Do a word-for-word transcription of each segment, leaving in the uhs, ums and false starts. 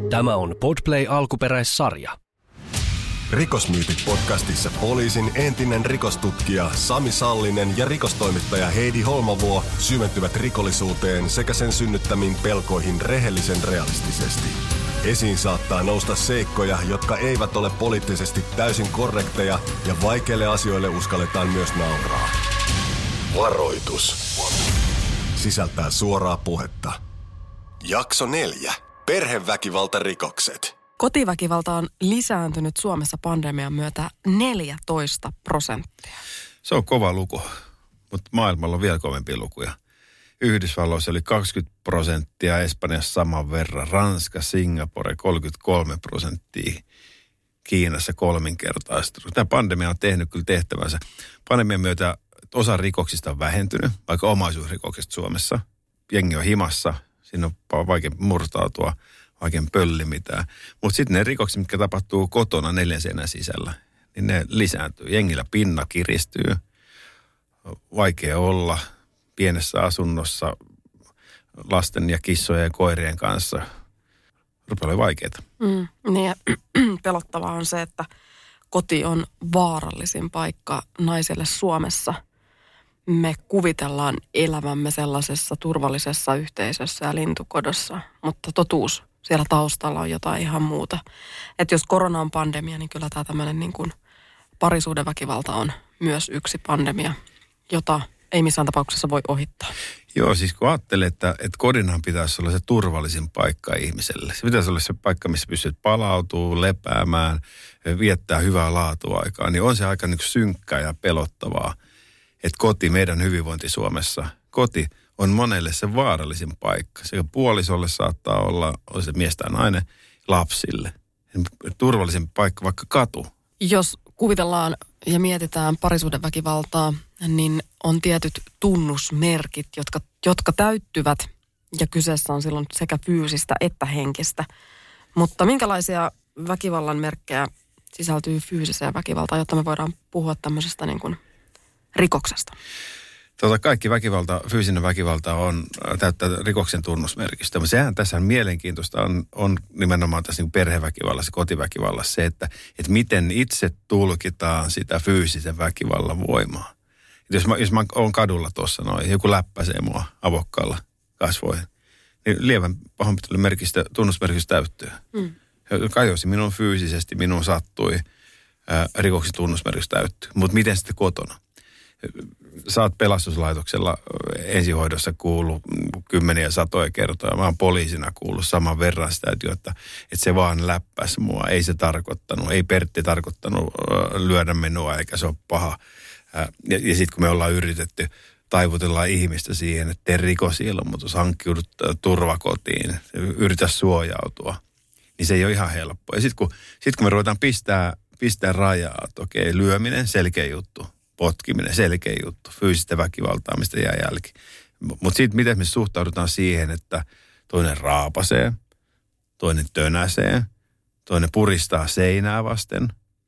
Tämä on Podplay alkuperäissarja. Rikosmyytit podcastissa poliisin entinen rikostutkija Sami Sallinen ja rikostoimittaja Heidi Holmavuo syventyvät rikollisuuteen sekä sen synnyttämiin pelkoihin rehellisen realistisesti. Esiin saattaa nousta seikkoja, jotka eivät ole poliittisesti täysin korrekteja ja vaikeille asioille uskalletaan myös nauraa. Varoitus. Sisältää suoraa puhetta. Jakso neljä. Perheväkivaltarikokset. Kotiväkivalta on lisääntynyt Suomessa pandemian myötä neljätoista prosenttia. Se on kova luku, mutta maailmalla on vielä kovempia lukuja. Yhdysvalloissa oli kaksikymmentä prosenttia, Espanjassa saman verran, Ranska, Singapore kolmekymmentäkolme prosenttia, Kiinassa kolminkertaistunut. Tämä pandemia on tehnyt kyllä tehtävänsä. Pandemian myötä osa rikoksista on vähentynyt, vaikka omaisuusrikoksista Suomessa. Jengi on himassa, siinä on vaikea murtautua, vaikea pölli mitään. Mutta sitten ne rikokset, mitkä tapahtuu kotona neljän seinän sisällä, niin ne lisääntyy. Jengillä pinna kiristyy, vaikea olla pienessä asunnossa lasten ja kissojen ja koirien kanssa. Rupeaa olemaan vaikeaa. Mm, niin ja pelottavaa on se, että koti on vaarallisin paikka naiselle Suomessa. Me kuvitellaan elämämme sellaisessa turvallisessa yhteisössä ja lintukodossa, mutta totuus siellä taustalla on jotain ihan muuta. Että jos korona on pandemia, niin kyllä tämä tämmöinen niin kuin parisuhdeväkivalta on myös yksi pandemia, jota ei missään tapauksessa voi ohittaa. Joo, siis kun ajattelee, että, että kodinhan pitäisi olla se turvallisin paikka ihmiselle. Se pitäisi olla se paikka, missä pystyt palautumaan, lepäämään, viettää hyvää laatuaikaa. Niin on se aika niin synkkää ja pelottavaa, että koti, meidän hyvinvointi Suomessa, koti on monelle se vaarallisin paikka. Sekä puolisolle saattaa olla, on se mies tai nainen, lapsille. Turvallisin paikka vaikka katu. Jos kuvitellaan ja mietitään parisuhdeväkivaltaa, niin on tietyt tunnusmerkit, jotka, jotka täyttyvät ja kyseessä on silloin sekä fyysistä että henkistä. Mutta minkälaisia väkivallan merkkejä sisältyy fyysiseen väkivaltaan, jotta me voidaan puhua tämmöisestä niin kuin rikoksesta? Tota, kaikki väkivalta, fyysinen väkivalta on täyttää rikoksen tunnusmerkistä. Mutta sehän tässä on mielenkiintoista on, on nimenomaan tässä niin perheväkivallassa, kotiväkivallassa se, että, että miten itse tulkitaan sitä fyysisen väkivallan voimaa. Et jos mä, jos mä oon kadulla tuossa noin, joku läppäsee mua avokkaalla kasvoihin, niin lievän pahoinpitelyn merkistä, tunnusmerkistä täyttyy. Mm. Kajosi minun fyysisesti, minun sattui, ää, rikoksen tunnusmerkistä täyttyy. Mutta miten sitten kotona? Sä oot pelastuslaitoksella ensihoidossa kuullut kymmeniä satoja kertoja. Mä oon poliisina kuullut saman verran sitä, että, että se vaan läppäsi mua. Ei se tarkoittanut, ei Pertti tarkoittanut lyödä minua eikä se ole paha. Ja, ja sitten kun me ollaan yritetty, taivutellaan ihmistä siihen, että tee rikosilmoitus, hankkiudut turvakotiin, yritä suojautua, niin se ei ole ihan helppoa. Ja sitten kun, sit kun me ruvetaan pistää, pistää rajaa, että okei, lyöminen, selkeä juttu. Potkiminen, selkeä juttu, fyysistä väkivaltaa, mistä jää jälki. Mutta sitten miten me suhtaudutaan siihen, että toinen raapasee, toinen tönäsee, toinen puristaa seinää vasten.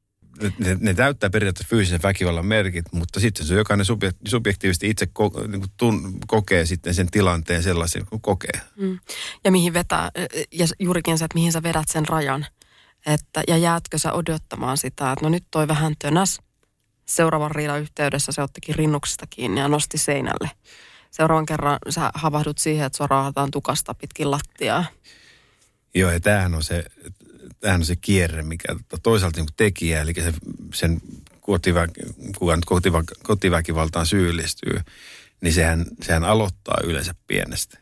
Ne, ne täyttää periaatteessa fyysisen väkivallan merkit, mutta sitten se jokainen subjektiivisesti itse ko, niin kuin tun, kokee sitten sen tilanteen sellaisen kuin kokee. Mm. Ja mihin vetää, ja juurikin se, että mihin sä vedät sen rajan. Että, ja jäätkö sä odottamaan sitä, että no nyt toi vähän tönäs. Seuraavan riidan yhteydessä se ottikin rinnuksesta kiinni ja nosti seinälle. Seuraavan kerran sä havahdut siihen, että sua raahataan tukasta pitkin lattiaa. Joo, ja tämähän on se, tämähän on se kierre, mikä toisaalta niin tekijä, eli se, sen kotivä, kuka nyt kotivä, kotiväkivaltaan syyllistyy, niin sehän, sehän aloittaa yleensä pienestä.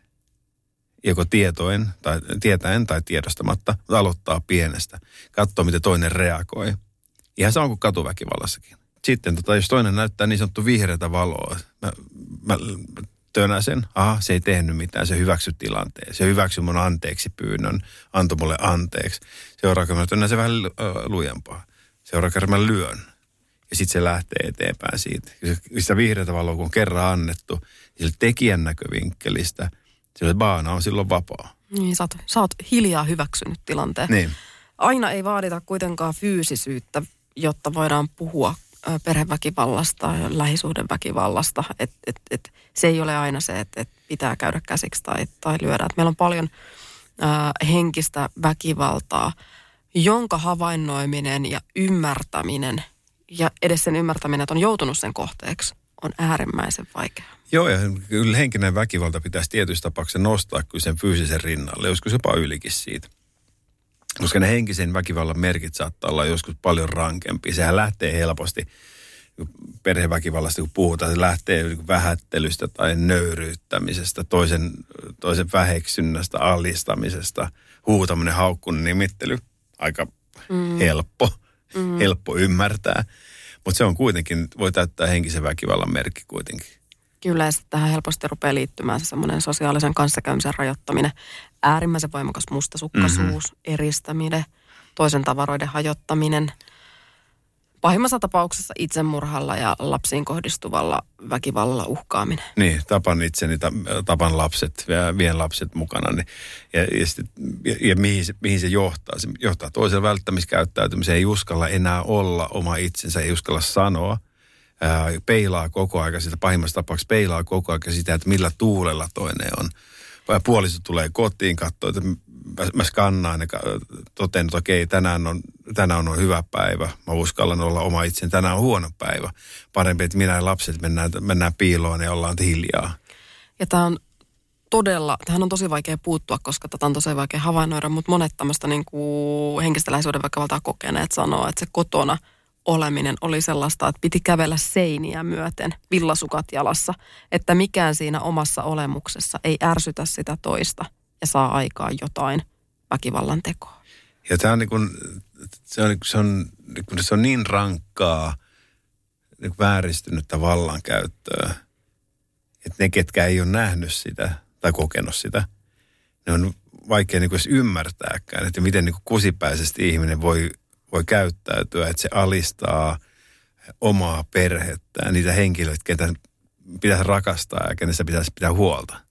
Joko tietoen, tai tietäen tai tiedostamatta, mutta aloittaa pienestä. Katsoo, miten toinen reagoi. Ihan sama kuin katuväkivallassakin. Sitten tota, jos toinen näyttää niin sanottu vihreätä valoa, mä, mä tönäsen, aha, se ei tehnyt mitään, se hyväksyi tilanteen. Se hyväksyi mun anteeksi pyynnön, antoi mulle anteeksi. Seuraava kerran mä tönäsen vähän lujempaa. Seuraava kerran mä lyön. Ja sitten se lähtee eteenpäin siitä. Sitä vihreätä valoa, kun on kerran annettu, niin sillä tekijän näkövinkkelistä, sillä baana on silloin vapaa. Niin, sä oot, sä oot hiljaa hyväksynyt tilanteen. Niin. Aina ei vaadita kuitenkaan fyysisyyttä, jotta voidaan puhua perheväkivallasta ja lähisuhdeväkivallasta. Et, et, et, se ei ole aina se, että et pitää käydä käsiksi tai, tai lyödä. Et meillä on paljon ää, henkistä väkivaltaa, jonka havainnoiminen ja ymmärtäminen ja edes sen ymmärtäminen, että on joutunut sen kohteeksi, on äärimmäisen vaikeaa. Joo, ja kyllä henkinen väkivalta pitäisi tietyissä tapauksessa nostaa kyllä sen fyysisen rinnalle, joskus jopa ylikin siitä. Koska ne henkisen väkivallan merkit saattaa olla joskus paljon rankempia. Sehän lähtee helposti perheväkivallasta, kun puhutaan, se lähtee vähättelystä tai nöyryyttämisestä, toisen, toisen väheksynnästä, alistamisesta, huutaminen, haukkunut nimittely. Aika mm. helppo, mm. helppo ymmärtää. Mutta se on kuitenkin, voi täyttää henkisen väkivallan merkki kuitenkin. Kyllä, ja sitten tähän helposti rupeaa liittymään se semmoinen sosiaalisen kanssakäymisen rajoittaminen, äärimmäisen voimakas mustasukkaisuus, mm-hmm. eristäminen, toisen tavaroiden hajottaminen. Pahimmassa tapauksessa itsemurhalla ja lapsiin kohdistuvalla väkivallalla uhkaaminen. Niin, tapan itseni, tapan lapset, vien lapset mukana. Niin, ja, ja, sit, ja, ja mihin, se, mihin se johtaa? Se johtaa toisen välttämiskäyttäytymiseen. Ei uskalla enää olla oma itsensä, ei uskalla sanoa. Ää, peilaa koko aika sitä, pahimmassa tapauksessa peilaa koko aika sitä, että millä tuulella toinen on. Puoliso tulee kotiin, katsoo, että mä skannaan ja totean, että okei, tänään on, tänään on hyvä päivä. Mä uskallan olla oma itseni, tänään on huono päivä. Parempi, että minä ja lapset mennään, mennään piiloon ja ollaan hiljaa. Ja tämä on todella, tähän on tosi vaikea puuttua, koska tätä on tosi vaikea havainnoida, mutta monet tämmöistä niin kuin henkistä lähisuuden väkivaltaa kokeneet sanoo, että se kotona oleminen oli sellaista, että piti kävellä seiniä myöten, villasukat jalassa, että mikään siinä omassa olemuksessa ei ärsytä sitä toista ja saa aikaan jotain väkivallan tekoa. Ja tämä on niin kuin, se on, se on, se on niin rankkaa, niin vääristynyttä vallankäyttöä, että ne, ketkä ei ole nähnyt sitä tai kokenut sitä, ne on vaikea niin kuin edes ymmärtääkään, että miten niin kuin kusipäisesti ihminen voi voi käyttäytyä, että se alistaa omaa perhettään, niitä henkilöitä, ketä pitäisi rakastaa ja kenestä pitäisi pitää huolta.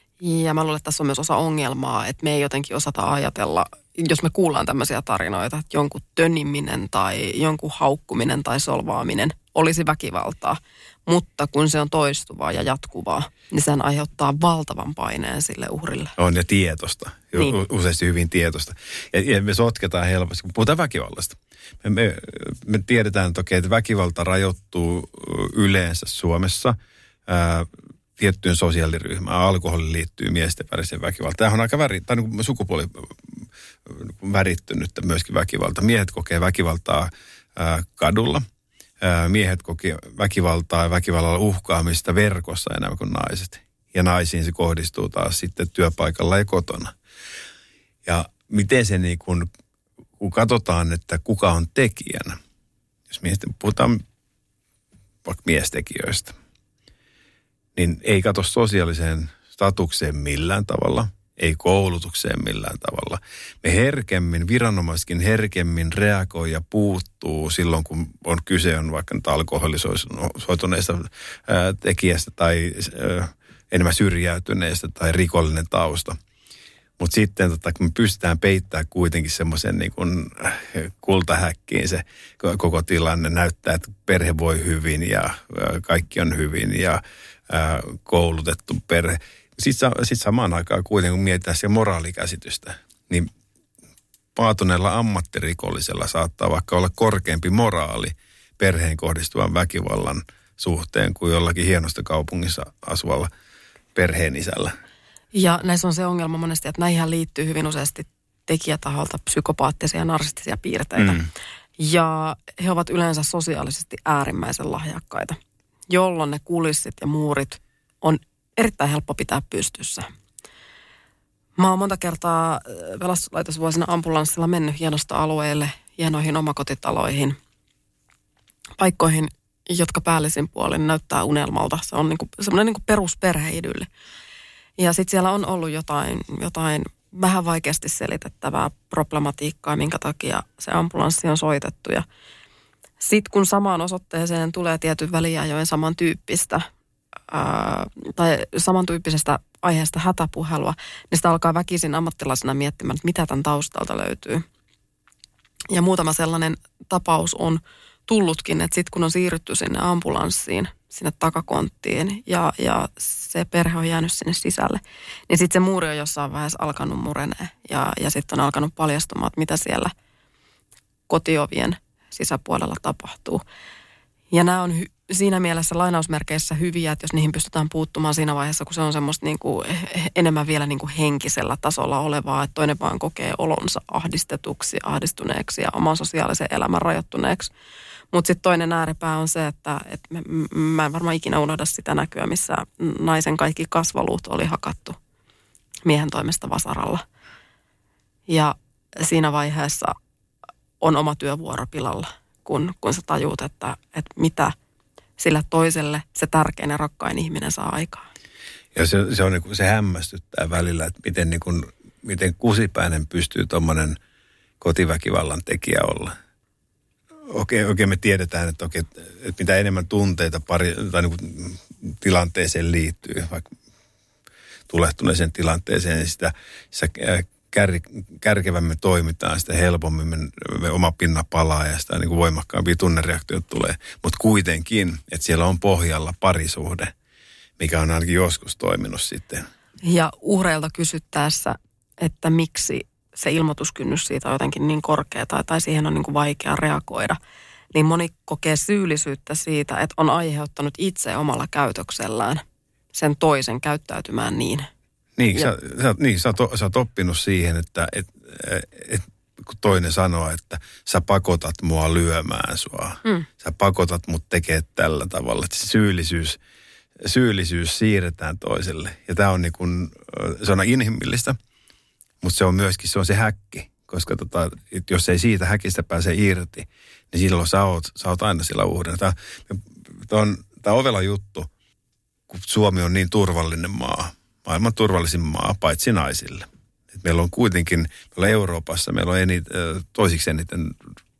Ja mä luulen, että tässä on myös osa ongelmaa, että me ei jotenkin osata ajatella, jos me kuullaan tämmöisiä tarinoita, että jonkun töniminen tai jonkun haukkuminen tai solvaaminen olisi väkivaltaa. Mutta kun se on toistuvaa ja jatkuvaa, niin sehän aiheuttaa valtavan paineen sille uhrille. On ja tietosta, niin. Useasti hyvin tietosta. Ja, ja me sotketaan helposti, kun puhutaan väkivallasta. Me, me, me tiedetään toki, että väkivalta rajoittuu yleensä Suomessa ää, tiettyyn sosiaaliryhmään. Alkoholi liittyy miesten väriseen väkivaltaan. Tämä on aika väri, tai niin sukupuoli värittynyt myöskin väkivalta. Miehet kokee väkivaltaa ää, kadulla. Miehet koki väkivaltaa ja väkivallalla uhkaamista verkossa enemmän kuin naiset. Ja naisiin se kohdistuu taas sitten työpaikalla ja kotona. Ja miten se niin kun, kun katsotaan, että kuka on tekijänä, jos miesten, puhutaan vaikka miestekijöistä, niin ei katso sosiaaliseen statukseen millään tavalla, ei koulutukseen millään tavalla. Me herkemmin, viranomaisetkin herkemmin reagoi ja puuttuu silloin, kun on kyse on vaikka nyt alkoholisoituneesta tekijästä tai ää, enemmän syrjäytyneestä tai rikollinen tausta. Mutta sitten, tota, kun me pystytään peittämään kuitenkin semmoisen niin kuin kultahäkkiin se koko tilanne, näyttää, että perhe voi hyvin ja ää, kaikki on hyvin ja ää, koulutettu perhe. Sitten sit samaan aikaan kuitenkin, kun mietitään sitä moraalikäsitystä, niin paatuneella ammattirikollisella saattaa vaikka olla korkeampi moraali perheen kohdistuvan väkivallan suhteen kuin jollakin hienosta kaupungissa asuvalla perheenisällä. Ja näissä on se ongelma monesti, että näihin liittyy hyvin useasti tekijätaholta psykopaattisia ja narsistisia piirteitä. Mm. Ja he ovat yleensä sosiaalisesti äärimmäisen lahjakkaita, jolloin ne kulissit ja muurit on erittäin helppo pitää pystyssä. Mä oon monta kertaa pelastuslaitosvuosina ambulanssilla mennyt hienosta alueelle, hienoihin omakotitaloihin, paikkoihin, jotka päällisin puolin näyttää unelmalta. Se on niinku, semmoinen niinku perusperheidylli. Ja sitten siellä on ollut jotain, jotain vähän vaikeasti selitettävää problematiikkaa, minkä takia se ambulanssi on soitettu. Ja sitten kun samaan osoitteeseen tulee tietyn väliajoin samantyyppistä, ää, tai samantyyppisestä aiheesta hätäpuhelua, niin sitä alkaa väkisin ammattilaisena miettimään, että mitä tämän taustalta löytyy. Ja muutama sellainen tapaus on tullutkin, että sitten kun on siirrytty sinne ambulanssiin, sinne takakonttiin ja, ja se perhe on jäänyt sinne sisälle. Niin sitten se muuri on jossain vaiheessa alkanut murenee ja, ja sitten on alkanut paljastumaan, että mitä siellä kotiovien sisäpuolella tapahtuu. Ja nämä on hy- siinä mielessä lainausmerkeissä hyviä, että jos niihin pystytään puuttumaan siinä vaiheessa, kun se on semmoista niin kuin enemmän vielä niin kuin henkisellä tasolla olevaa, että toinen vaan kokee olonsa ahdistetuksi, ahdistuneeksi ja oman sosiaalisen elämän rajoittuneeksi. Mutta sitten toinen ääripää on se, että, että mä en varmaan ikinä unohda sitä näkyä, missä naisen kaikki kasvaluut oli hakattu miehen toimesta vasaralla. Ja siinä vaiheessa on oma työvuoro pilalla, kun, kun sä tajuut, että, että mitä sillä toiselle se tärkein ja rakkain ihminen saa aikaan. Ja se, se, on, niin kuin, se hämmästyttää välillä, että miten, niin kuin, miten kusipäinen pystyy tuommoinen kotiväkivallan tekijä olla. Okei, okei, me tiedetään, että, okei, että mitä enemmän tunteita pari, tai niin kuin tilanteeseen liittyy, vaikka tulehtuneeseen tilanteeseen, niin sitä, sitä kär, kärkevämme toimitaan, sitä helpommin me, me oma pinna palaa ja sitä niin kuin voimakkaampia tunnereaktioita tulee. Mutta kuitenkin, että siellä on pohjalla parisuhde, mikä on ainakin joskus toiminut sitten. Ja uhreilta kysyttäessä, että miksi se ilmoituskynnys siitä on jotenkin niin korkea tai, tai siihen on niin kuin vaikea reagoida, niin moni kokee syyllisyyttä siitä, että on aiheuttanut itse omalla käytöksellään sen toisen käyttäytymään niin. Niin, sä, sä, niin sä, sä oot oppinut siihen, että et, et, kun toinen sanoo, että sä pakotat mua lyömään sua. Mm. Sä pakotat mut tekemään tällä tavalla. Että syyllisyys, syyllisyys siirretään toiselle. Ja tää on niin kuin, se on inhimillistä, mutta se on myöskin se, on se häkki. Koska tota, jos ei siitä häkistä pääse irti, niin silloin sä oot, sä oot aina sillä uhrina. Tää, tää on, tää on ovela juttu, kun Suomi on niin turvallinen maa. Maailman turvallisin maa, paitsi naisille. Et meillä on kuitenkin, meillä on Euroopassa, meillä on enit, toisiksi eniten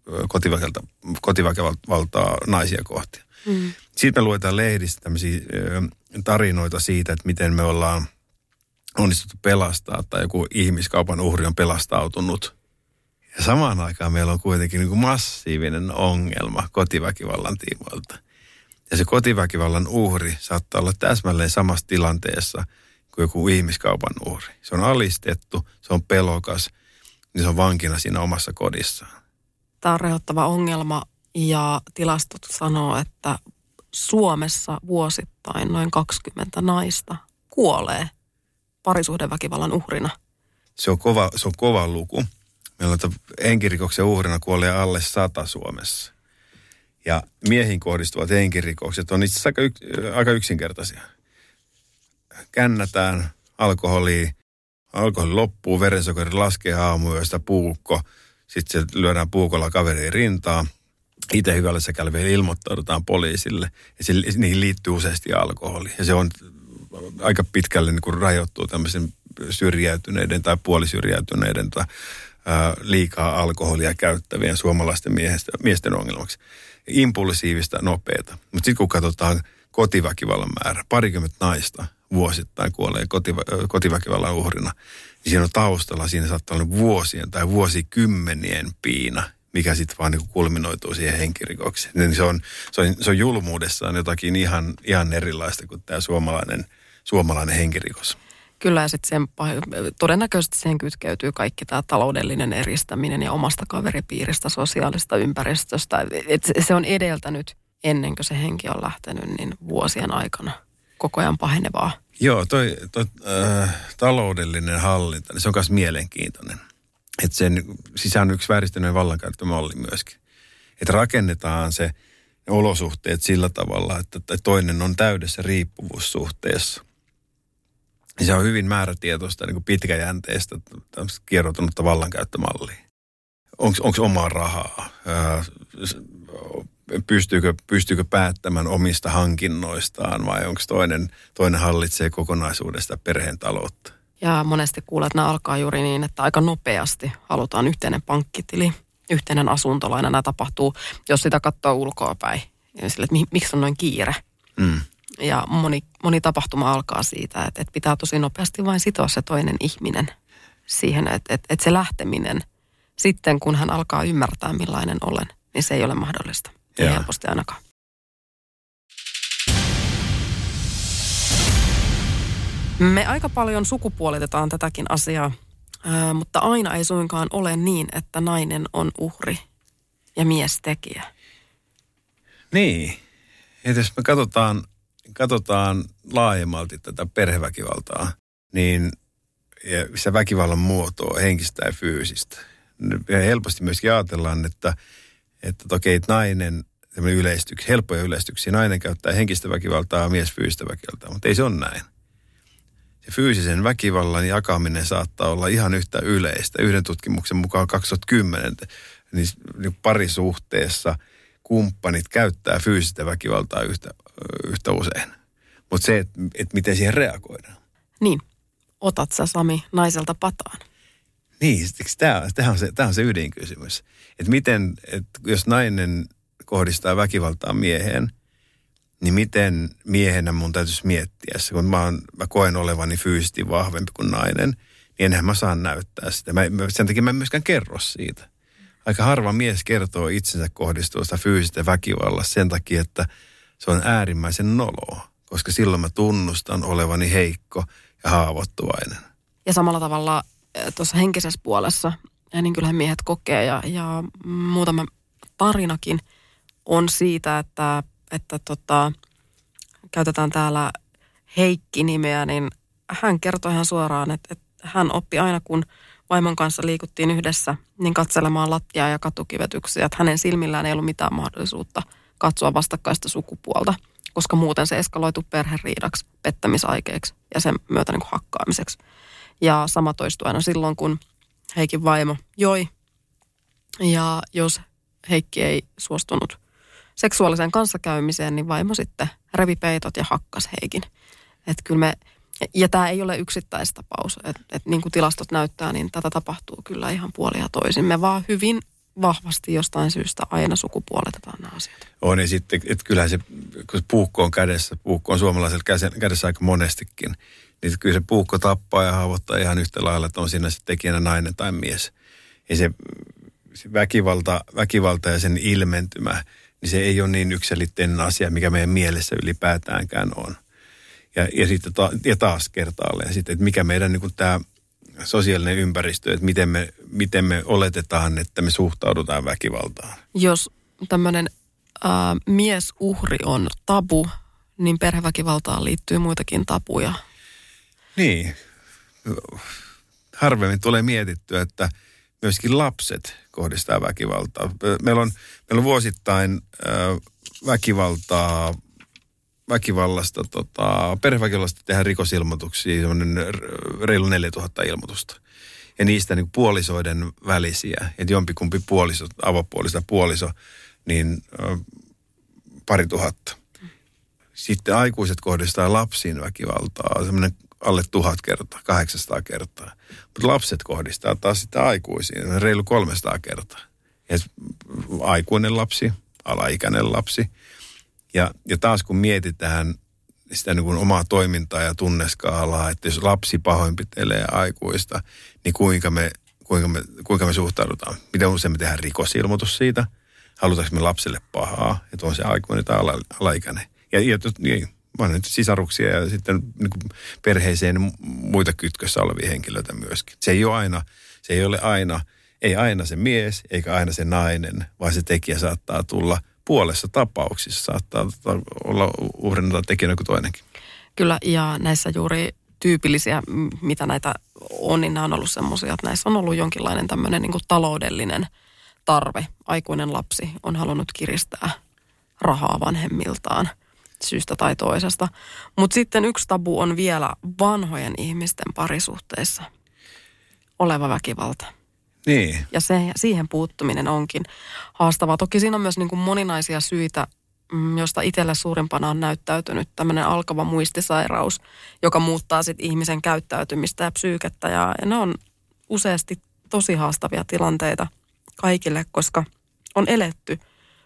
kotiväkivaltaa naisia kohti. Mm. Siitä me luetaan lehdistä tämmöisiä tarinoita siitä, että miten me ollaan onnistuttu pelastaa tai joku ihmiskaupan uhri on pelastautunut. Ja samaan aikaan meillä on kuitenkin niin kuin massiivinen ongelma kotiväkivallan tiimoilta. Ja se kotiväkivallan uhri saattaa olla täsmälleen samassa tilanteessa kuin joku ihmiskaupan uhri. Se on alistettu, se on pelokas, niin se on vankina siinä omassa kodissaan. Tämä on rehottava ongelma ja tilastot sanoo, että Suomessa vuosittain noin kaksikymmentä naista kuolee parisuhdeväkivallan uhrina. Se on kova, se on kova luku. Meillä on henkirikoksen uhrina kuolee alle sata Suomessa. Ja miehiin kohdistuvat henkirikokset on itse asiassa aika, yks, aika yksinkertaisia. Kännätään alkoholia, alkoholi loppuu, verensokeri laskee aamuyöstä, puukko. Sitten se lyödään puukolla kaveriin rintaa. Itse hyvällä käydä ilmoittaudutaan poliisille. Ja se, niihin liittyy useasti alkoholi. Ja se on aika pitkälle niin kuin rajoittuu tämmöisen syrjäytyneiden tai puolisyrjäytyneiden tai ää, liikaa alkoholia käyttävien suomalaisten miesten, miesten ongelmaksi. Impulsiivista, nopeata. Mutta sitten kun katsotaan kotiväkivallan määrä, parikymmentä naista vuosittain kuolee kotivä, kotiväkivallan uhrina, niin siinä on taustalla, siinä saattaa olla vuosien tai vuosikymmenien piina, mikä sitten vaan niin kulminoituu siihen henkirikokseen. Niin se on, se on, se on julmuudessaan jotakin ihan, ihan erilaista kuin tämä suomalainen, suomalainen henkirikos. Kyllä, ja sitten todennäköisesti siihen kytkeytyy kaikki tämä taloudellinen eristäminen ja omasta kaveripiiristä, sosiaalista ympäristöstä. Et se on edeltänyt ennen kuin se henki on lähtenyt, niin vuosien aikana koko ajan pahenevaa. Joo, toi, toi äh, taloudellinen hallinta, niin se on myös mielenkiintoinen. Että sen sisään yksi vääristyneen vallankäyttömalli myöskin. Että rakennetaan se olosuhteet sillä tavalla, että toinen on täydessä riippuvuussuhteessa. Ja se on hyvin määrätietoista, niin kuin pitkäjänteistä, kierroutunutta vallankäyttömallia. Onko omaa rahaa? Pystyykö, pystyykö päättämään omista hankinnoistaan vai onko toinen, toinen hallitsee kokonaisuudesta perheen taloutta? Ja monesti kuulet, että nämä alkaa juuri niin, että aika nopeasti halutaan yhteinen pankkitili, yhteinen asuntolaina. Nämä tapahtuu, jos sitä katsoo ulkoapäin. Ja sille, että miksi on noin kiire? Mm. Ja moni, moni tapahtuma alkaa siitä, että, että pitää tosi nopeasti vain sitoa se toinen ihminen siihen, että, että, että se lähteminen sitten, kun hän alkaa ymmärtää, millainen olen, niin se ei ole mahdollista. Ei helposti ainakaan. Me aika paljon sukupuolitetaan tätäkin asiaa, ää, mutta aina ei suinkaan ole niin, että nainen on uhri ja mies tekijä. Niin. Että jos me katsotaan, katsotaan laajemmalti tätä perheväkivaltaa, niin ja se väkivallan muotoa, henkistä ja fyysistä. Ja helposti myöskin ajatellaan, että, että okei, nainen, yleistyksiä, helppoja yleistyksiä, nainen käyttää henkistä väkivaltaa ja mies fyysistä väkivaltaa, mutta ei se ole näin. Se fyysisen väkivallan jakaminen saattaa olla ihan yhtä yleistä. Yhden tutkimuksen mukaan kaksituhattakymmenen niin parisuhteessa kumppanit käyttää fyysistä väkivaltaa yhtä, yhtä usein. Mutta se, että et miten siihen reagoidaan. Niin. Otat sä, Sami, naiselta pataan? Niin, tämä on se, tämä on se ydinkysymys. Että miten, että jos nainen kohdistaa väkivaltaa mieheen, niin miten miehenä mun täytyisi miettiä se, kun mä, oon, mä koen olevani fyysisesti vahvempi kuin nainen, niin enhän mä saan näyttää sitä. Mä, sen takia mä en myöskään kerro siitä. Aika harva mies kertoo itsensä kohdistuvasta fyysistä väkivallasta sen takia, että se on äärimmäisen noloa, koska silloin mä tunnustan olevani heikko ja haavoittuvainen. Ja samalla tavalla tuossa henkisessä puolessa, niin kyllähän miehet kokee ja, ja muutama tarinakin on siitä, että, että tota, käytetään täällä Heikki-nimeä, niin hän kertoi ihan suoraan, että, että hän oppi aina, kun vaimon kanssa liikuttiin yhdessä, niin katselemaan lattiaa ja katukivetyksiä, että hänen silmillään ei ollut mitään mahdollisuutta katsoa vastakkaista sukupuolta, koska muuten se eskaloitu perheriidaksi, pettämisaikeeksi ja sen myötä niin kuin hakkaamiseksi. Ja sama toistui aina silloin, kun Heikin vaimo joi. Ja jos Heikki ei suostunut seksuaaliseen kanssakäymiseen, niin vaimo sitten revi peitot ja hakkas Heikin. Että kyllä me, ja tämä ei ole yksittäistapaus. Että et niin kuin tilastot näyttää, niin tätä tapahtuu kyllä ihan puolin ja toisin. Me vaan hyvin vahvasti jostain syystä aina sukupuoletetaan nämä asiat. On, ja sitten, että kyllähän se, kun puukko on kädessä, puukko on suomalaisella kädessä aika monestikin, niin kyllä se puukko tappaa ja haavoittaa ihan yhtä lailla, että on siinä sitten tekijänä nainen tai mies. Ja se, se väkivalta, väkivalta ja sen ilmentymä, niin se ei ole niin yksiselitteinen asia, mikä meidän mielessä ylipäätäänkään on. Ja, ja sitten ta, ja taas kertaalleen sitten, että mikä meidän niin kuin tämä sosiaalinen ympäristö, että miten me, miten me oletetaan, että me suhtaudutaan väkivaltaan. Jos tämmöinen äh, miesuhri on tabu, niin perheväkivaltaan liittyy muitakin tabuja. Niin. Harvemmin tulee mietittyä, että myöskin lapset kohdistaa väkivaltaa. Meillä on, meillä on vuosittain äh, väkivaltaa, väkivallasta, tota, perheväkivallasta tehdään rikosilmoituksia, semmoinen reilu neljätuhatta ilmoitusta. Ja niistä niin puolisoiden välisiä, että jompikumpi puoliso, avopuoliso puoliso, niin äh, pari tuhatta. Sitten aikuiset kohdistaa lapsiin väkivaltaa, semmoinen alle tuhat kertaa, kahdeksansataa kertaa. Mutta lapset kohdistaa taas sitä aikuisiin, reilu kolmesataa kertaa. Ja aikuinen lapsi, alaikäinen lapsi. Ja, ja taas kun mietitään sitä niin kuin omaa toimintaa ja tunneskaalaa, että jos lapsi pahoinpitelee aikuista, niin kuinka me, kuinka me, kuinka me suhtaudutaan? Miten usein me tehdään rikosilmoitus siitä? Halutaanko me lapselle pahaa, että on se aikuinen tai ala, alaikäinen? Ja, ja niin, mä olen nyt sisaruksia ja sitten niin kuin perheeseen muita kytkössä olevia henkilöitä myöskin. Se ei ole aina, se ei ole aina, ei aina se mies eikä aina se nainen, vaan se tekijä saattaa tulla puolessa tapauksissa, saattaa olla uhrina tai tekijänä kuin toinenkin. Kyllä, ja näissä juuri tyypillisiä, mitä näitä on, niin nämä on ollut semmoisia, että näissä on ollut jonkinlainen tämmöinen niin kuin taloudellinen tarve. Aikuinen lapsi on halunnut kiristää rahaa vanhemmiltaan syystä tai toisesta. Mutta sitten yksi tabu on vielä vanhojen ihmisten parisuhteissa oleva väkivalta. Niin. Ja se, siihen puuttuminen onkin haastavaa. Toki siinä on myös niin kuin moninaisia syitä, josta itselle suurimpana on näyttäytynyt tämmöinen alkava muistisairaus, joka muuttaa sitten ihmisen käyttäytymistä ja psyykettä. Ja, ja ne on useasti tosi haastavia tilanteita kaikille, koska on eletty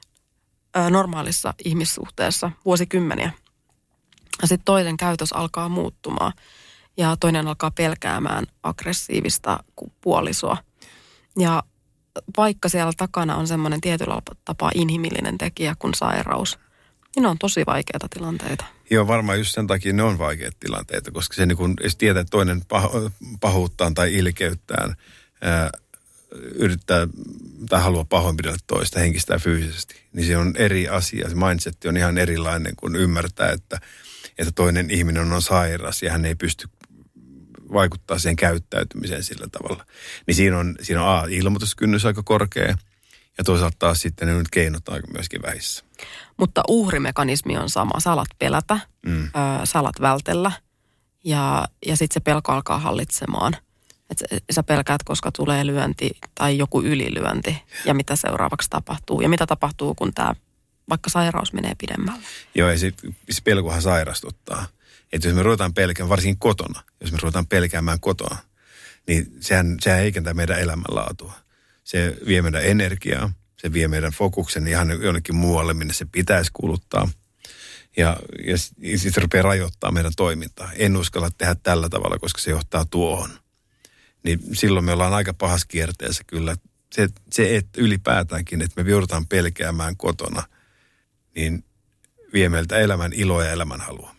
ää, normaalissa ihmissuhteessa vuosikymmeniä. Ja sitten toinen käytös alkaa muuttumaan ja toinen alkaa pelkäämään aggressiivista puolisoa. Ja vaikka siellä takana on semmoinen tietyllä tapaa inhimillinen tekijä kuin sairaus, Niin ne on tosi vaikeita tilanteita. Joo, varmaan just sen takia ne on vaikeita tilanteita, koska se niin kun, jos tietää, että toinen paho, pahuuttaan tai ilkeyttään ää, yrittää tai haluaa pahoinpidellä toista henkistä ja fyysisesti, niin se on eri asia. Se mindset on ihan erilainen, kun ymmärtää, että, että toinen ihminen on sairas ja hän ei pysty vaikuttaa siihen käyttäytymiseen sillä tavalla. Niin siinä on, siinä on A, ilmoituskynnys aika korkea ja toisaalta taas sitten ne nyt keinot aika myöskin vähissä. Mutta uhrimekanismi on sama. Sä alat pelätä, mm. ö, sä alat vältellä ja, ja sitten se pelko alkaa hallitsemaan. Että sä pelkäät, koska tulee lyönti tai joku ylilyönti ja mitä seuraavaksi tapahtuu. Ja mitä tapahtuu, kun tämä vaikka sairaus menee pidemmälle. Joo, ja se, se pelkohan sairastuttaa. Että jos me ruvetaan pelkäämään, varsinkin kotona, jos me ruvetaan pelkäämään kotona, niin sehän, sehän heikentää meidän elämänlaatua. Se vie meidän energiaa, se vie meidän fokuksen ihan jonnekin muualle, minne se pitäisi kuluttaa. Ja, ja, ja sitten se rupeaa rajoittamaan meidän toimintaa. En uskalla tehdä tällä tavalla, koska se johtaa tuohon. Niin silloin me ollaan aika pahassa kierteessä kyllä. Se, se että ylipäätäänkin, että me joudutaan pelkäämään kotona, niin vie meiltä elämän iloa ja elämänhalua.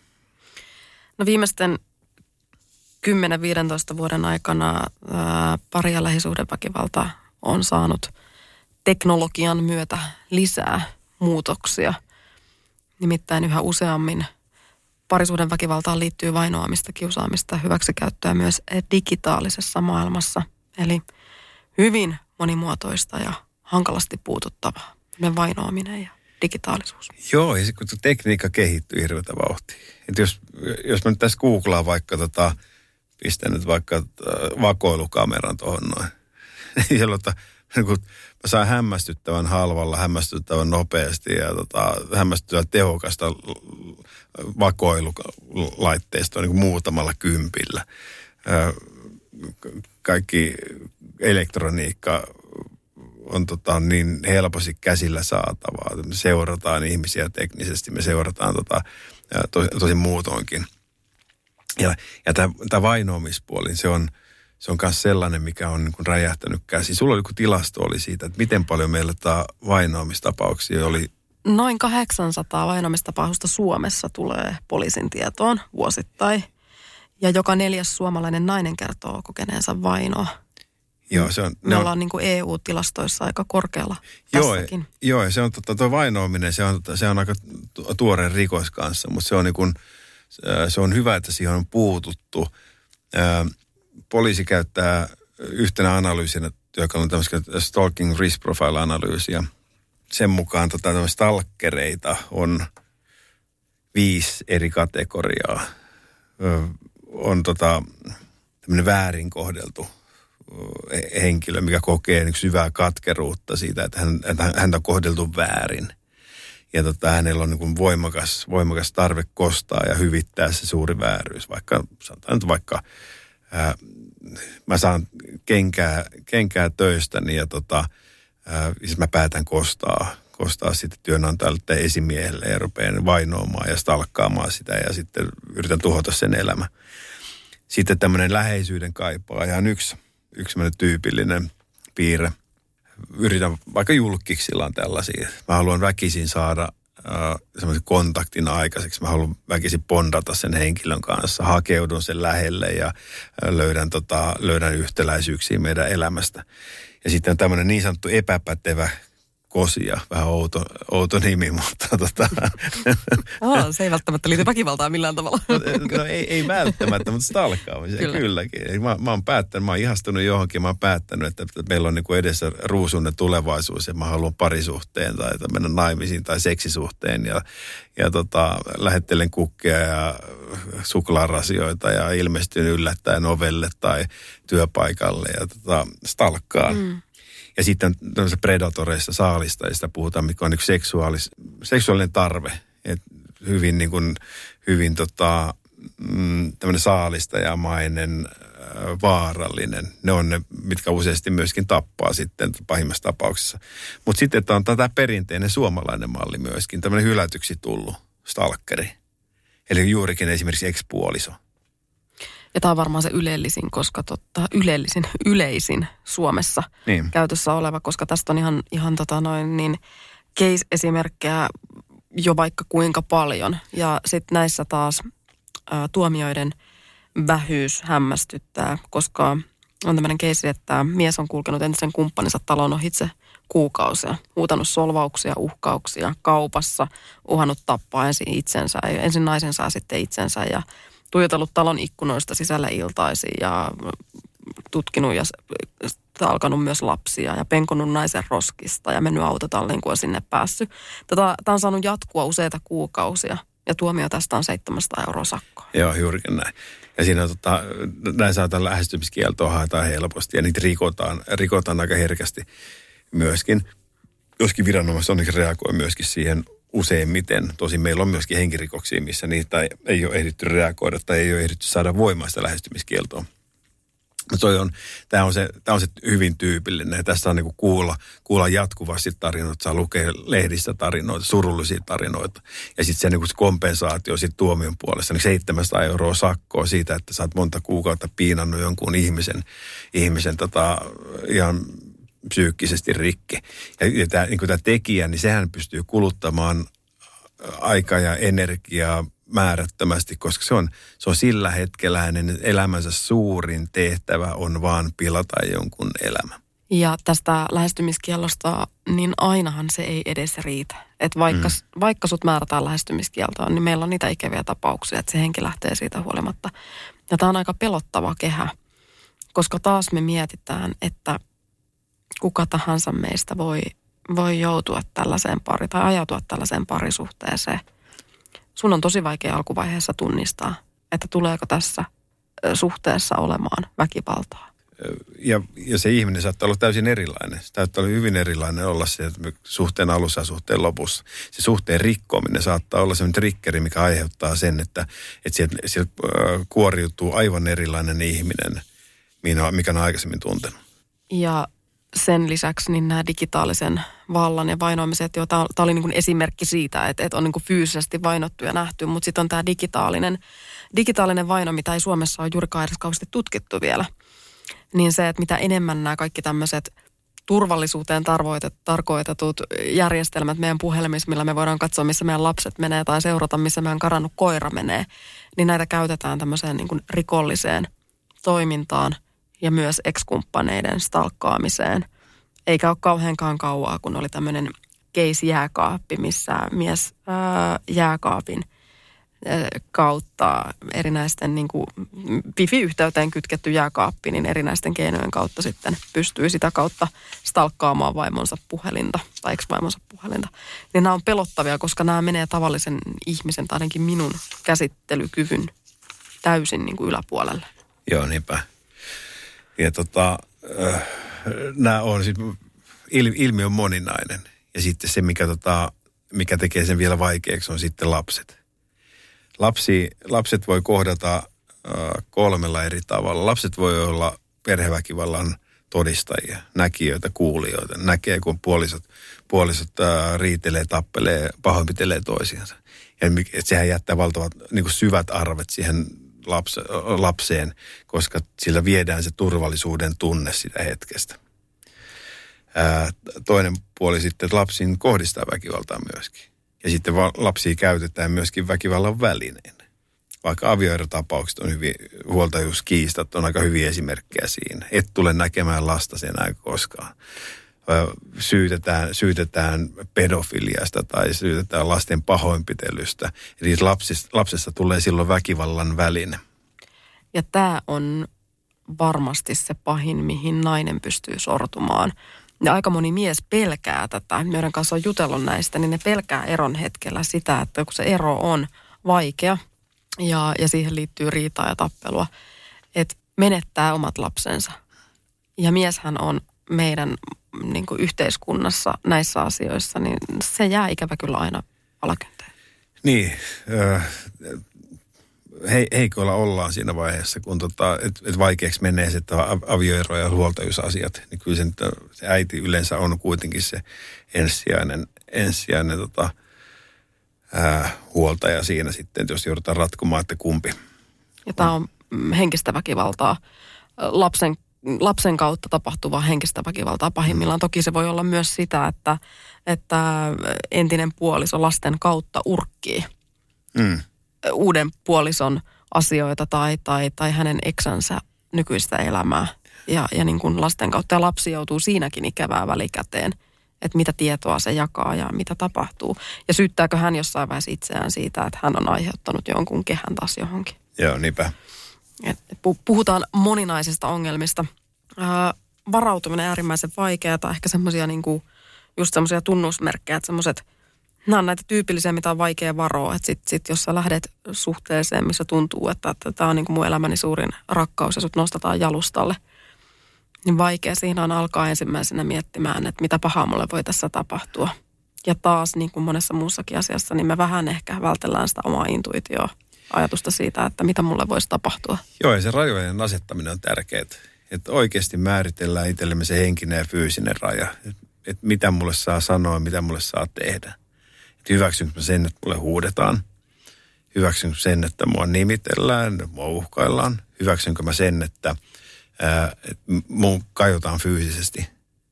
No viimeisten kymmenen viisitoista vuoden aikana ää, pari- ja lähisuhdeväkivalta on saanut teknologian myötä lisää muutoksia. Nimittäin yhä useammin parisuhdeväkivaltaan liittyy vainoamista, kiusaamista, hyväksikäyttöä myös digitaalisessa maailmassa. Eli hyvin monimuotoista ja hankalasti puututtavaa me vainoaminen ja digitaalisuus. Joo, ja kun tekniikka kehittyy hirveätä vauhtia. Että jos, jos mä nyt tässä googlaan vaikka tota, pistän nyt vaikka äh, vakoilukameran tuohon noin. Jolloin niin kun mä saan hämmästyttävän halvalla, hämmästyttävän nopeasti ja tota, hämmästyttävän tehokasta vakoilulaitteistoa niin kuin muutamalla kympillä. Äh, kaikki elektroniikka on tota, niin helposti käsillä saatavaa. Me seurataan ihmisiä teknisesti, me seurataan tota, to, tosi muutoinkin. Ja, ja tämä vainoamispuoli, se on se on myös sellainen, mikä on niin kuin räjähtänyt käsi. Sulla oli joku tilasto oli siitä, että miten paljon meillä tämä vainoamistapauksia oli? Noin kahdeksansataa vainoamistapausta Suomessa tulee poliisin tietoon vuosittain. Ja joka neljäs suomalainen nainen kertoo kokeneensa vainoa. Joo, se on, Me on, ollaan niin kuin E U-tilastoissa aika korkealla joo, tässäkin. Joo, se on tuo vainoaminen, se on, se on aika tuore rikos kanssa, mutta se on, niin kuin, se on hyvä, että siihen on puututtu. Poliisi käyttää yhtenä analyysinä, joka on tämmöistä stalking risk profile-analyysiä. Sen mukaan tota, stalkereita on viisi eri kategoriaa. On tota, tämmöinen väärin kohdeltu henkilö, mikä kokee niin syvää katkeruutta siitä, että, hän, että häntä on kohdeltu väärin. Ja tota, hänellä on niin kuin voimakas, voimakas tarve kostaa ja hyvittää se suuri vääryys. Vaikka, sanotaan nyt vaikka, ää, mä saan kenkää, kenkää töistäni ja tota, ää, siis mä päätän kostaa, kostaa sitten työnantajalle tai esimiehelle ja rupean vainoamaan ja stalkkaamaan sitä ja sitten yritän tuhota sen elämä. Sitten tämmöinen läheisyyden kaipaa ihan yksi. Yksi tyypillinen piirre. Yritän, vaikka julkiksilla on tällaisia. Mä haluan väkisin saada äh, semmoisen kontaktin aikaiseksi. Mä haluan väkisin bondata sen henkilön kanssa. Hakeudun sen lähelle ja äh, löydän, tota, löydän yhtäläisyyksiä meidän elämästä. Ja sitten on tämmöinen niin sanottu epäpätevä Kosia, vähän outo, outo nimi, mutta tota... Oh, se ei välttämättä liity väkivaltaan millään tavalla. No, no ei, ei välttämättä, mutta stalkkaamiseen Kyllä. kylläkin. Mä, mä oon päättänyt, mä oon ihastunut johonkin, mä oon päättänyt, että meillä on niinku edessä ruusuinen tulevaisuus ja mä haluan parisuhteen tai mennä naimisiin tai seksisuhteen ja, ja tota, lähettelen kukkia ja suklaarasioita ja ilmestyn yllättäen ovelle tai työpaikalle ja tota, stalkkaan. Mm. Ja sitten tämmöisessä predatoreissa, saalistajista puhutaan, mikä on niin seksuaalis, seksuaalinen tarve. Et hyvin, niin kuin, hyvin tota, mm, tämmöinen saalistajamainen, äh, vaarallinen. Ne on ne, mitkä useasti myöskin tappaa sitten pahimmassa tapauksessa. Mutta sitten että on tätä perinteinen suomalainen malli myöskin, tämmöinen hylätyksi tullut stalkeri. Eli juurikin esimerkiksi ex-puoliso. Ja tämä on varmaan se ylellisin, koska totta, ylellisin, yleisin Suomessa niin. käytössä oleva, koska tästä on ihan, ihan tota noin niin case-esimerkkejä jo vaikka kuinka paljon. Ja sitten näissä taas ä, tuomioiden vähyys hämmästyttää, koska on tämmöinen keissi, että mies on kulkenut entisen kumppaninsa talon ohitse kuukausia, huutanut solvauksia, uhkauksia kaupassa, uhannut tappaa ensin itsensä, ensin naisensa ja sitten itsensä ja tuijotellut talon ikkunoista sisällä iltaisin ja tutkinut ja alkanut myös lapsia ja penkonut naisen roskista ja mennyt autotalliin, kun on sinne päässyt. Tätä, tämä on saanut jatkua useita kuukausia ja tuomio tästä on seitsemänsataa euroa sakkoa. Joo, juurikin näin. Ja siinä tota, näin saatan lähestymiskieltoa haetaan helposti ja niitä rikotaan, rikotaan aika herkästi myöskin. Joskin viranomaiset onneksi reagoi myöskin siihen useimmiten. Tosin meillä on myöskin henkirikoksia, missä niitä ei, ei ole ehditty reagoida tai ei ole ehditty saada voimaista lähestymiskieltoa. On, tämä, on se, tämä on se hyvin tyypillinen. Ja tässä on niin kuin kuulla, kuulla jatkuvasti tarinoita, saa lukea lehdistä tarinoita, surullisia tarinoita. Ja sitten se, niin kuin se kompensaatio sit tuomion puolesta, niin seitsemänsataa euroa sakkoa siitä, että sä oot monta kuukautta piinannut jonkun ihmisen, ihmisen tota, ihan psyykkisesti rikki. Ja, ja tämä, niin kuin tämä tekijä, niin sehän pystyy kuluttamaan aikaa ja energiaa määrättömästi, koska se on, se on sillä hetkellä hänen elämänsä suurin tehtävä on vaan pilata jonkun elämä. Ja tästä lähestymiskiellosta, niin ainahan se ei edes riitä. Että vaikka, mm. vaikka sut määrätään lähestymiskieltoon, niin meillä on niitä ikäviä tapauksia, että se henki lähtee siitä huolimatta. Ja tämä on aika pelottava kehä, koska taas me mietitään, että kuka tahansa meistä voi, voi joutua tällaiseen pari tai ajautua tällaiseen parisuhteeseen. Sun on tosi vaikea alkuvaiheessa tunnistaa, että tuleeko tässä suhteessa olemaan väkivaltaa. Ja, ja se ihminen saattaa olla täysin erilainen. Se saattaa olla hyvin erilainen olla se, että suhteen alussa ja suhteen lopussa. Se suhteen rikkominen saattaa olla sellainen triggeri, mikä aiheuttaa sen, että, että sieltä, sieltä kuoriutuu aivan erilainen ihminen, mikä on aikaisemmin tuntenut. Ja sen lisäksi niin nämä digitaalisen vallan ja vainoamiset, jo tämä oli niin kuin esimerkki siitä, että, että on niin kuin fyysisesti vainottu ja nähty, mutta sitten on tämä digitaalinen, digitaalinen vaino, mitä ei Suomessa ole juurikaan edes kauheasti tutkittu vielä. Niin se, että mitä enemmän nämä kaikki tämmöiset turvallisuuteen tarkoitetut järjestelmät meidän puhelimissa, millä me voidaan katsoa, missä meidän lapset menee tai seurata, missä meidän karannut koira menee, niin näitä käytetään tämmöiseen niin kuin rikolliseen toimintaan ja myös ex-kumppaneiden stalkkaamiseen. Eikä ole kauheankaan kauaa, kun oli tämmöinen case-jääkaappi, missä mies ää, jääkaapin ää, kautta erinäisten niin kuin wifi-yhteyteen kytketty jääkaappi, niin erinäisten keinojen kautta sitten pystyy sitä kautta stalkkaamaan vaimonsa puhelinta tai ex-vaimonsa puhelinta. Niin nämä on pelottavia, koska nämä menee tavallisen ihmisen tai ainakin minun käsittelykyvyn täysin niin kuin yläpuolelle. Joo, niinpä. Ja tota, äh, nämä on sit, il, ilmiö on moninainen. Ja sitten se, mikä, tota, mikä tekee sen vielä vaikeaksi, on sitten lapset. Lapsi, lapset voi kohdata äh, kolmella eri tavalla. Lapset voi olla perheväkivallan todistajia, näkijöitä, kuulijoita. Näkee, kun puolisot, puolisot äh, riitelee, tappelee, pahoinpitelee toisiansa. Ja et sehän jättää valtavat niin kuin syvät arvet siihen Lapse, lapseen, koska sillä viedään se turvallisuuden tunne sitä hetkestä. Ää, toinen puoli sitten, että lapsiin kohdistaa väkivaltaa myöskin. Ja sitten va- lapsia käytetään myöskin väkivallan välineenä. Vaikka avioerotapaukset on hyvin, huoltajuuskiistat on aika hyviä esimerkkejä siinä. Et tule näkemään lastasi enää koskaan. Ää, syytetään, syytetään pedofiliasta tai syytetään lasten pahoinpitelystä. Eli lapsista, lapsesta tulee silloin väkivallan väline. Ja tämä on varmasti se pahin, mihin nainen pystyy sortumaan. Ja aika moni mies pelkää tätä. Meidän kanssa on jutellut näistä, niin ne pelkää eron hetkellä sitä, että kun se ero on vaikea ja, ja siihen liittyy riitaa ja tappelua, että menettää omat lapsensa. Ja mieshän on meidän niin kuin yhteiskunnassa näissä asioissa, niin se jää ikävä kyllä aina alakynteen. Niin, äh, he, heikoilla ollaan siinä vaiheessa, kun tota, et, et vaikeaksi menee se, että avioero- ja huoltajuusasiat, niin kyllä se, se äiti yleensä on kuitenkin se ensisijainen, ensisijainen tota, äh, huoltaja siinä sitten, jos joudutaan ratkomaan, että kumpi. Ja tämä on henkistä väkivaltaa lapsen lapsen kautta tapahtuvaa henkistä väkivaltaa pahimmillaan. Toki se voi olla myös sitä, että, että entinen puoliso lasten kautta urkkii mm. uuden puolison asioita tai, tai, tai hänen eksänsä nykyistä elämää. Ja, ja niin kuin lasten kautta. Ja lapsi joutuu siinäkin ikävää välikäteen, että mitä tietoa se jakaa ja mitä tapahtuu. Ja syyttääkö hän jossain vaiheessa itseään siitä, että hän on aiheuttanut jonkun kehän taas johonkin. Joo, niinpä. Et puhutaan moninaisista ongelmista. Ää, varautuminen on äärimmäisen vaikeaa, tai ehkä semmoisia niinku, just semmoisia tunnusmerkkejä, että semmoiset, nämä on näitä tyypillisiä, mitä on vaikea varoa. Että sit, sit jos sä lähdet suhteeseen, missä tuntuu, että tämä on niinku mun elämäni suurin rakkaus ja sut nostetaan jalustalle, niin vaikea siinä on alkaa ensimmäisenä miettimään, että mitä pahaa mulle voi tässä tapahtua. Ja taas niin kuin monessa muussakin asiassa, niin me vähän ehkä vältellään sitä omaa intuitioa, ajatusta siitä, että mitä mulle voisi tapahtua. Joo, ja se rajojen asettaminen on tärkeää. Että oikeasti määritellään itsellemme se henkinen ja fyysinen raja. Että et mitä mulle saa sanoa, mitä mulle saa tehdä. Että hyväksynkö mä sen, että mulle huudetaan. Hyväksynkö sen, että mua nimitellään, mua uhkaillaan. Hyväksynkö mä sen, että ää, et mun kajotaan fyysisesti.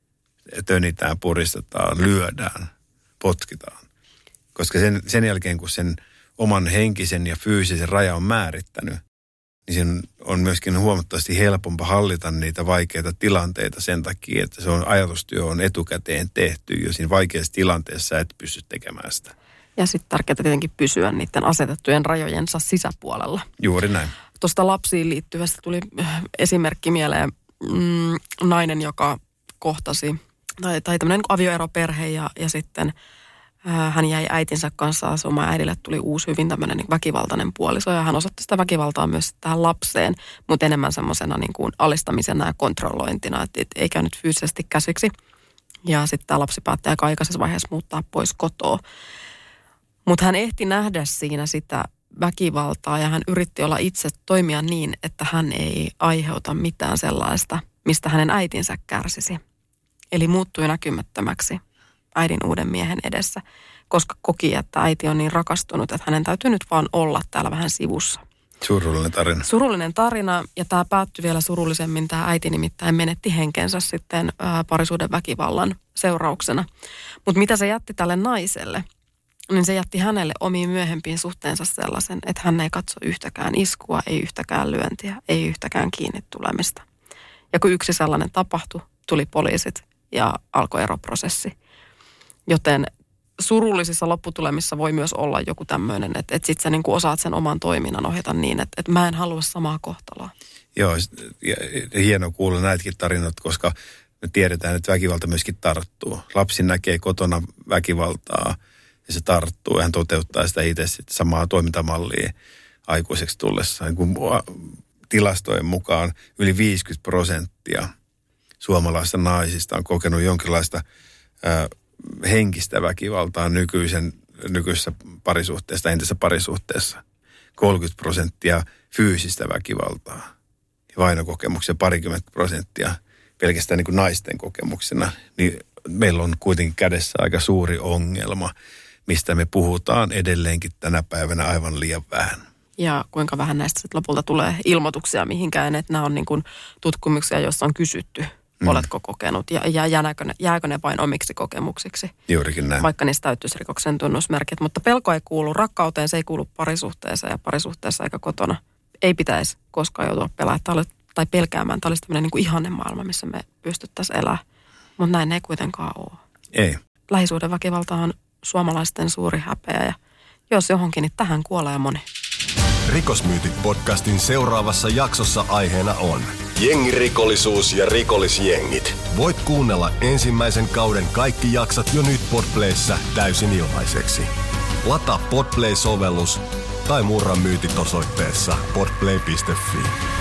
Tönitään, puristetaan, lyödään, potkitaan. Koska sen, sen jälkeen, kun sen oman henkisen ja fyysisen raja on määrittänyt, niin sen on myöskin huomattavasti helpompi hallita niitä vaikeita tilanteita sen takia, että se on ajatustyö on etukäteen tehty jo siinä vaikeassa tilanteessa, et pysty tekemään sitä. Ja sitten tärkeää tietenkin pysyä niiden asetettujen rajojensa sisäpuolella. Juuri näin. Tuosta lapsiin liittyvästä tuli esimerkki mieleen mm, nainen, joka kohtasi, tai, tai tämmöinen avioeroperhe ja, ja sitten hän jäi äitinsä kanssa asumaan. Äidille tuli uusi hyvin tämmöinen niin väkivaltainen puoliso ja hän osoitti sitä väkivaltaa myös tähän lapseen, mutta enemmän semmoisena niin kuin alistamisena ja kontrollointina, että ei käynyt fyysisesti käsiksi. Ja sitten tämä lapsi päätti aika aikaisessa vaiheessa muuttaa pois kotoa. Mutta hän ehti nähdä siinä sitä väkivaltaa ja hän yritti olla itse toimia niin, että hän ei aiheuta mitään sellaista, mistä hänen äitinsä kärsisi. Eli muuttui näkymättömäksi äidin uuden miehen edessä, koska koki, että äiti on niin rakastunut, että hänen täytyy nyt vaan olla täällä vähän sivussa. Surullinen tarina. Surullinen tarina, ja tämä päättyi vielä surullisemmin. Tämä äiti nimittäin menetti henkensä sitten ää, parisuuden väkivallan seurauksena. Mutta mitä se jätti tälle naiselle, niin se jätti hänelle omiin myöhempiin suhteensa sellaisen, että hän ei katso yhtäkään iskua, ei yhtäkään lyöntiä, ei yhtäkään kiinni tulemista. Ja kun yksi sellainen tapahtui, tuli poliisit ja alkoi eroprosessi. Joten surullisissa lopputulemissa voi myös olla joku tämmöinen, että, että sit sä niin kuin osaat sen oman toiminnan ohjata niin, että, että mä en halua samaa kohtaloa. Joo, ja hieno kuulla näitäkin tarinat, koska me tiedetään, että väkivalta myöskin tarttuu. Lapsi näkee kotona väkivaltaa ja se tarttuu ja hän toteuttaa sitä itse sitten samaa toimintamallia aikuiseksi tullessa. Kun tilastojen mukaan yli viisikymmentä prosenttia suomalaisista naisista on kokenut jonkinlaista ää, henkistä väkivaltaa nykyisen, nykyisessä parisuhteessa, entisessä parisuhteessa. kolmekymmentä prosenttia fyysistä väkivaltaa ja vainokokemuksia, parikymmentä prosenttia pelkästään niin kuin naisten kokemuksena. Niin meillä on kuitenkin kädessä aika suuri ongelma, mistä me puhutaan edelleenkin tänä päivänä aivan liian vähän. Ja kuinka vähän näistä sitten lopulta tulee ilmoituksia mihinkään, että nämä on niin kuin tutkimuksia, joissa on kysytty. Mm. Oletko kokenut ja, ja jääkö, ne, jääkö ne vain omiksi kokemuksiksi? Juurikin näin. Vaikka niistä täyttyisi rikoksen tunnusmerkit. Mutta pelko ei kuulu rakkauteen, se ei kuulu parisuhteeseen ja parisuhteessa eikä kotona. Ei pitäisi koskaan joutua pelaamaan tai pelkäämään. Tämä olisi tämmöinen niin kuin ihanne maailma, missä me pystyttäisiin elämään. Mutta näin ei kuitenkaan ole. Ei. Lähisuhdeväkivalta on suomalaisten suuri häpeä ja jos johonkin, niin tähän kuolee moni. Rikosmyytit podcastin seuraavassa jaksossa aiheena on jengirikollisuus ja rikollisjengit. Voit kuunnella ensimmäisen kauden kaikki jaksot jo nyt Podplayssä täysin ilmaiseksi. Lataa Podplay-sovellus tai murra myytit osoitteessa podplay piste fi.